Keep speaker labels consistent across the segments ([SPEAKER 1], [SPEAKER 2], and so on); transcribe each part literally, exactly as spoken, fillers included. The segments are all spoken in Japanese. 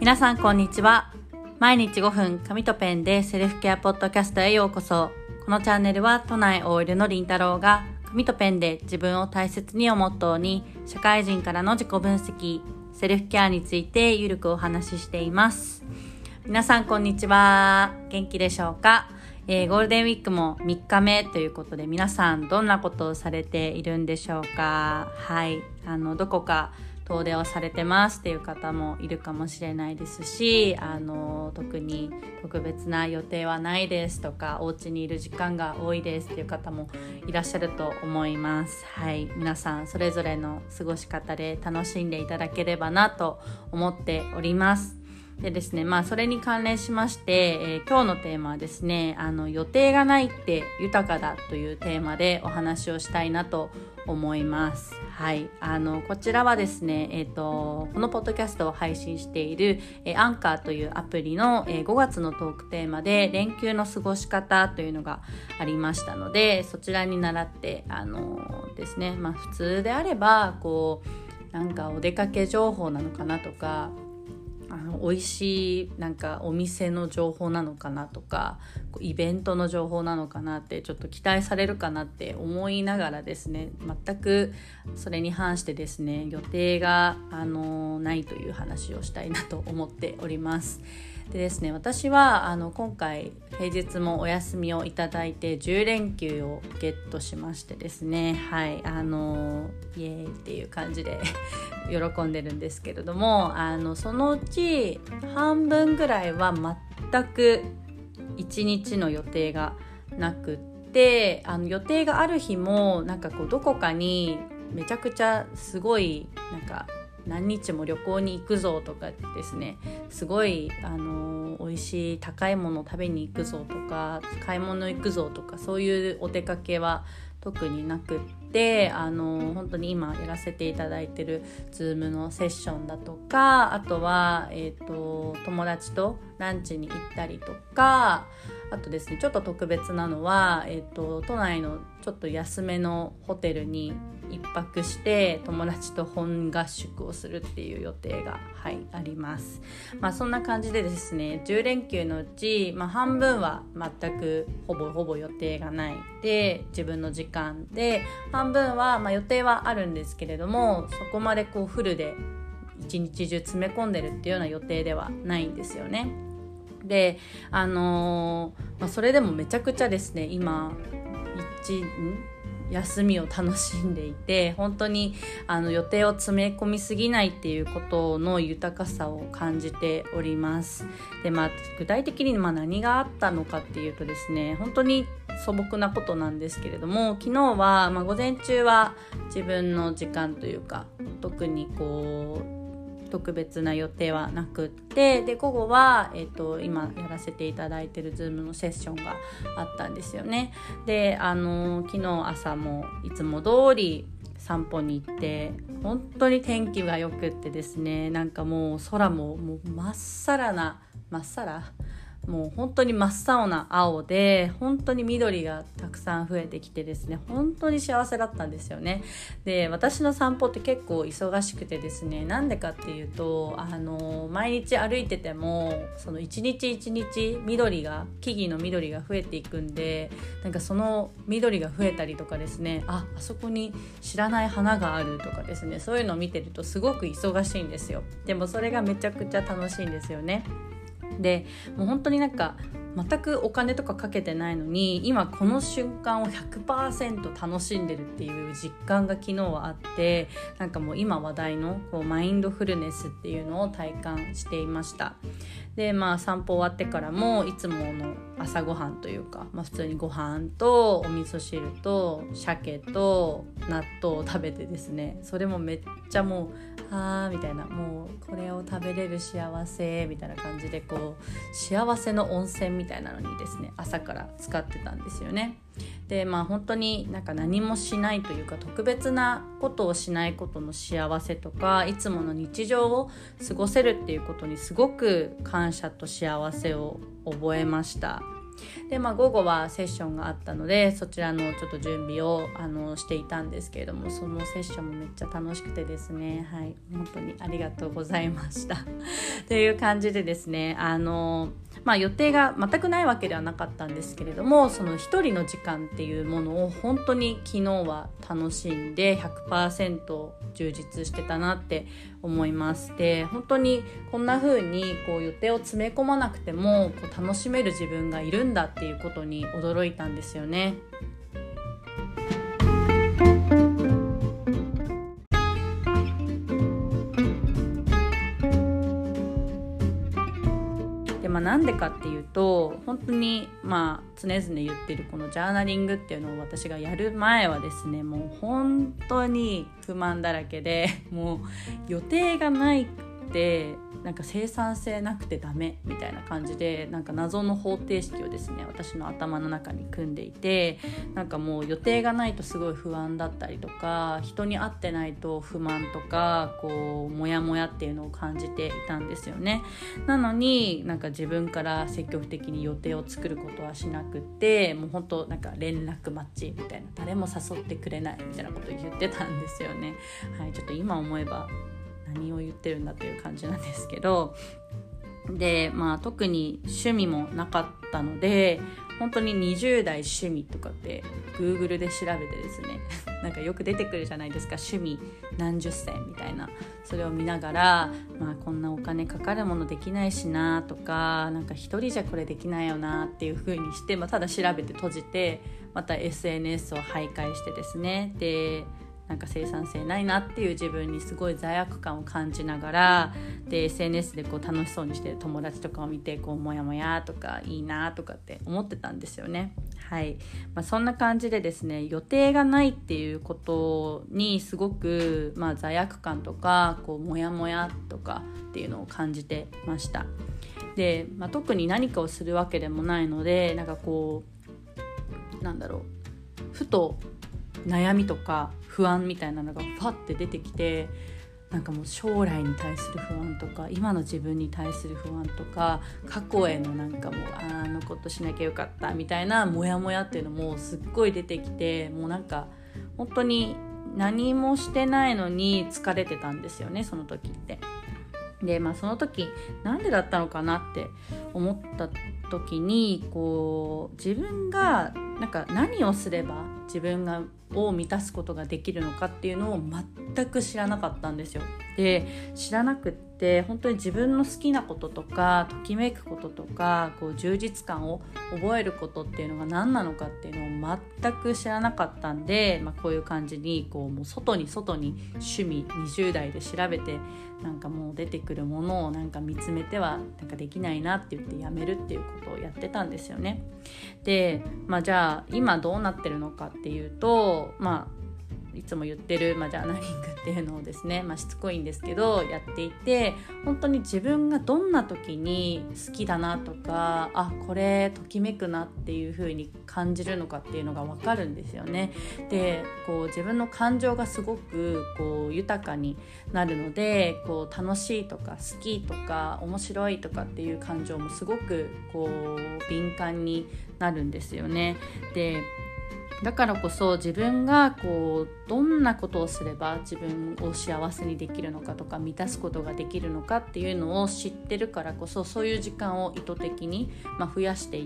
[SPEAKER 1] 皆さんこんにちは。毎日ごふん紙とペンでセルフケアポッドキャストへようこそ。このチャンネルは都内 オーエル のりんたろうが紙とペンで自分を大切にをモットーに社会人からの自己分析、セルフケアについてゆるくお話ししています。皆さんこんにちは。元気でしょうか？えー、ゴールデンウィークもみっかめということで、皆さんどんなことをされているんでしょうか？はい、あのどこか遠出をされてますっていう方もいるかもしれないですし、あの特に特別な予定はないですとか、お家にいる時間が多いですっていう方もいらっしゃると思います。はい、皆さんそれぞれの過ごし方で楽しんでいただければなと思っております。でですね、まあそれに関連しまして、えー、今日のテーマはですね、あの予定がないって豊かだというテーマでお話をしたいなと思います。はい、あのこちらはですね、えーと、このポッドキャストを配信している、えー、アンカーというアプリの、えー、ごがつのトークテーマで連休の過ごし方というのがありましたので、そちらに倣ってあのー、ですね、まあ普通であればこうなんかお出かけ情報なのかなとか、あの美味しいなんかお店の情報なのかなとか、イベントの情報なのかなってちょっと期待されるかなって思いながらですね、全くそれに反してですね、予定があのないという話をしたいなと思っております。でですね、私はあの今回平日もお休みをいただいてじゅうれんきゅうをゲットしましてですね、はいあのイエーイっていう感じで喜んでるんですけれども、あのそのうち半分ぐらいは全く一日の予定がなくって、あの予定がある日もなんかこうどこかにめちゃくちゃすごいなんか何日も旅行に行くぞとかですね、すごいあの美味しい高いものを食べに行くぞとか、買い物行くぞとか、そういうお出かけは特になくって、あの本当に今やらせていただいてる Zoom のセッションだとか、あとは、えーと、友達とランチに行ったりとか、あとですね、ちょっと特別なのは、えーと、都内のちょっと安めのホテルに一泊して友達と本合宿をするっていう予定が、はい、あります。まあそんな感じでですね、じゅうれんきゅうのうち、まあ、半分は全くほぼほぼ予定がないで自分の時間で、半分は、まあ、予定はあるんですけれども、そこまでこうフルで一日中詰め込んでるっていうような予定ではないんですよね。で、あのーまあ、それでもめちゃくちゃですね、今一ん休みを楽しんでいて、本当にあの予定を詰め込みすぎないっていうことの豊かさを感じております。で、まあ、具体的にまあ何があったのかっていうとですね、本当に素朴なことなんですけれども、昨日は、まあ、午前中は自分の時間というか、特にこう特別な予定はなくって、で午後は、えーと、今やらせていただいている Zoom のセッションがあったんですよね。で、あの昨日朝もいつも通り散歩に行って、本当に天気が良くってですね、なんかもう空ももう真っさらな真っさらもう本当に真っ青な青で、本当に緑がたくさん増えてきてですね、本当に幸せだったんですよね。で、私の散歩って結構忙しくてですね、なんでかっていうと、あの毎日歩いててもその一日一日緑が木々の緑が増えていくんで、なんかその緑が増えたりとかですね、あ、あそこに知らない花があるとかですね、そういうのを見てるとすごく忙しいんですよ。でもそれがめちゃくちゃ楽しいんですよね。で、もう本当になんか全くお金とかかけてないのに、今この瞬間を ひゃくパーセント 楽しんでるっていう実感が昨日はあって、なんかもう今話題のこうマインドフルネスっていうのを体感していました。で、まあ散歩終わってからもいつもの朝ごはんというか、まあ、普通にご飯とお味噌汁と鮭と納豆を食べてですね、それもめっちゃもうあーみたいな、もうこれを食べれる幸せみたいな感じで、こう幸せの温泉みたいなのにですね、朝から使ってたんですよね。で、まあ本当になんか何もしないというか、特別なことをしないことの幸せとか、いつもの日常を過ごせるっていうことにすごく感謝と幸せを覚えました。 で、まあ、午後はセッションがあったのでそちらのちょっと準備をあのしていたんですけれども、そのセッションもめっちゃ楽しくてですね、はい、本当にありがとうございましたという感じでですね、あのまあ、予定が全くないわけではなかったんですけれども、その一人の時間っていうものを本当に昨日は楽しんで ひゃくパーセント 充実してたなって思います。で、本当にこんな風にこう予定を詰め込まなくてもこう楽しめる自分がいるんだっていうことに驚いたんですよね。まあ、なんでかっていうと、本当にまあ常々言ってるこのジャーナリングっていうのを私がやる前はですね、もう本当に不満だらけで、もう予定がないってなんか生産性なくてダメみたいな感じで、なんか謎の方程式をですね私の頭の中に組んでいて、なんかもう予定がないとすごい不安だったりとか、人に会ってないと不満とかこうモヤモヤっていうのを感じていたんですよね。なのになんか自分から積極的に予定を作ることはしなくって、もう本当なんか連絡待ちみたいな、誰も誘ってくれないみたいなことを言ってたんですよね。はい、ちょっと今思えば何を言ってるんだという感じなんですけど、で、まあ、特に趣味もなかったので、本当ににじゅう代趣味とかって Google で調べてですねなんかよく出てくるじゃないですか、趣味何十選みたいな。それを見ながら、まあ、こんなお金かかるものできないしなとか、なんか一人じゃこれできないよなっていう風にして、まあ、ただ調べて閉じてまた エスエヌエス を徘徊してですね、でなんか生産性ないなっていう自分にすごい罪悪感を感じながら、で エスエヌエス でこう楽しそうにしてる友達とかを見て、こうモヤモヤとかいいなとかって思ってたんですよね。はい、まあ、そんな感じでですね、予定がないっていうことにすごく、まあ、罪悪感とかこうモヤモヤとかっていうのを感じてました。で、まあ、特に何かをするわけでもないので、なんかこうなんだろうふと悩みとか不安みたいなのがファって出てきて、なんかもう将来に対する不安とか、今の自分に対する不安とか、過去へのなんかもう あ, あのことしなきゃよかったみたいなモヤモヤっていうのもすっごい出てきて、もうなんか本当に何もしてないのに疲れてたんですよね、その時って。で、まあ、その時なんでだったのかなって思った時に、こう自分がなんか何をすれば自分がを満たすことができるのかっていうのを全く知らなかったんですよ。で、知らなくって本当に自分の好きなこととかときめくこととかこう充実感を覚えることっていうのが何なのかっていうのを全く知らなかったんで、まあ、こういう感じにこうもう外に外に趣味にじゅう代で調べて、なんかもう出てくるものをなんか見つめてはなんかできないなって言ってやめるっていうことをやってたんですよね。で、まあ、じゃあ今どうなってるのかっていうと、まあいつも言ってる、まあ、ジャーナリングっていうのをですね、まあ、しつこいんですけどやっていて、本当に自分がどんな時に好きだなとか、あ、これときめくなっていう風に感じるのかっていうのが分かるんですよね。で、こう自分の感情がすごくこう豊かになるので、こう楽しいとか好きとか面白いとかっていう感情もすごくこう敏感になるんですよね。で、だからこそ自分がこうどんなことをすれば自分を幸せにできるのかとか満たすことができるのかっていうのを知ってるからこそ、そういう時間を意図的に、まあ、増やしていって、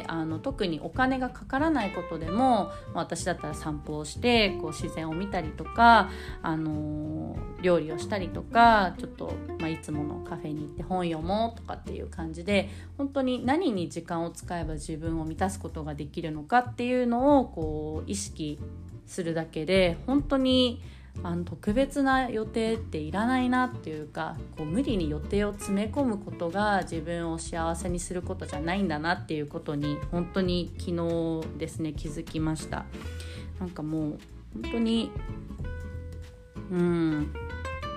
[SPEAKER 1] あの特にお金がかからないことでも、まあ、私だったら散歩をしてこう自然を見たりとか、あのー、料理をしたりとか、ちょっと、まあ、いつものカフェに行って本読もうとかっていう感じで、本当に何に時間を使えば自分を満たすことができるのかっていうのをこう意識するだけで、本当にあの特別な予定っていらないなっていうか、こう無理に予定を詰め込むことが自分を幸せにすることじゃないんだなっていうことに本当に昨日ですね気づきました。なんかもう本当にうん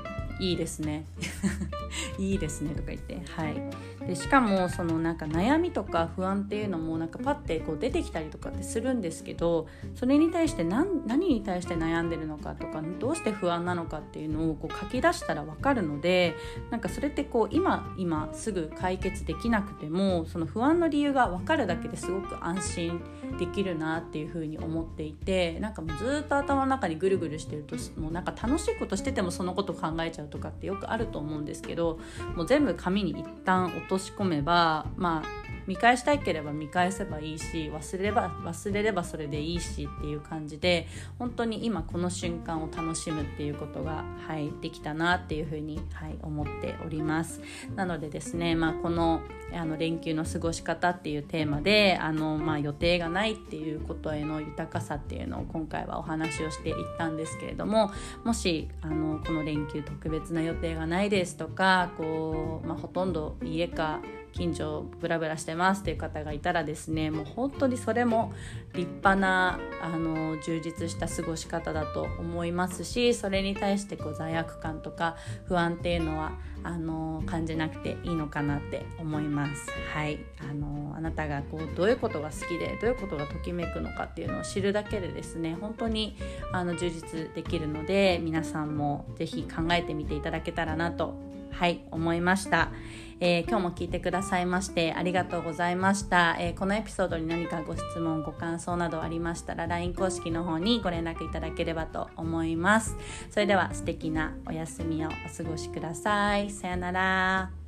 [SPEAKER 1] いいですねいいですねとか言って、はい。でしかもそのなんか悩みとか不安っていうのもなんかパッてこう出てきたりとかってするんですけど、それに対して 何, 何に対して悩んでるのかとか、どうして不安なのかっていうのをこう書き出したら分かるので、なんかそれってこう今今すぐ解決できなくても、その不安の理由が分かるだけですごく安心できるなっていうふうに思っていて、なんかもうずっと頭の中にぐるぐるしてると、もうなんか楽しいことしててもそのこと考えちゃうとかってよくあると思うんですけど、もう全部紙に一旦落とし込めば、まあ見返したいければ見返せばいいし、忘れれば忘れればそれでいいしっていう感じで、本当に今この瞬間を楽しむっていうことが、はい、できたなっていうふうに、はい、思っております。なのでですね、まあ、このあの連休の過ごし方っていうテーマで、あの、まあ、予定がないっていうことへの豊かさっていうのを今回はお話をしていったんですけれども、もしあのこの連休特別な予定がないですとか、こう、まあ、ほとんど家か近所ブラブラしてますっていう方がいたらですね、もう本当にそれも立派なあの充実した過ごし方だと思いますし、それに対してこう罪悪感とか不安っていうのはあの感じなくていいのかなって思います。はい、あのあなたがこうどういうことが好きでどういうことがときめくのかっていうのを知るだけでですね、本当にあの充実できるので、皆さんもぜひ考えてみていただけたらなと、はい思いました。えー、今日も聞いてくださいましてありがとうございました。えー、このエピソードに何かご質問ご感想などありましたら ライン 公式の方にご連絡いただければと思います。それでは素敵なお休みをお過ごしください。さよなら。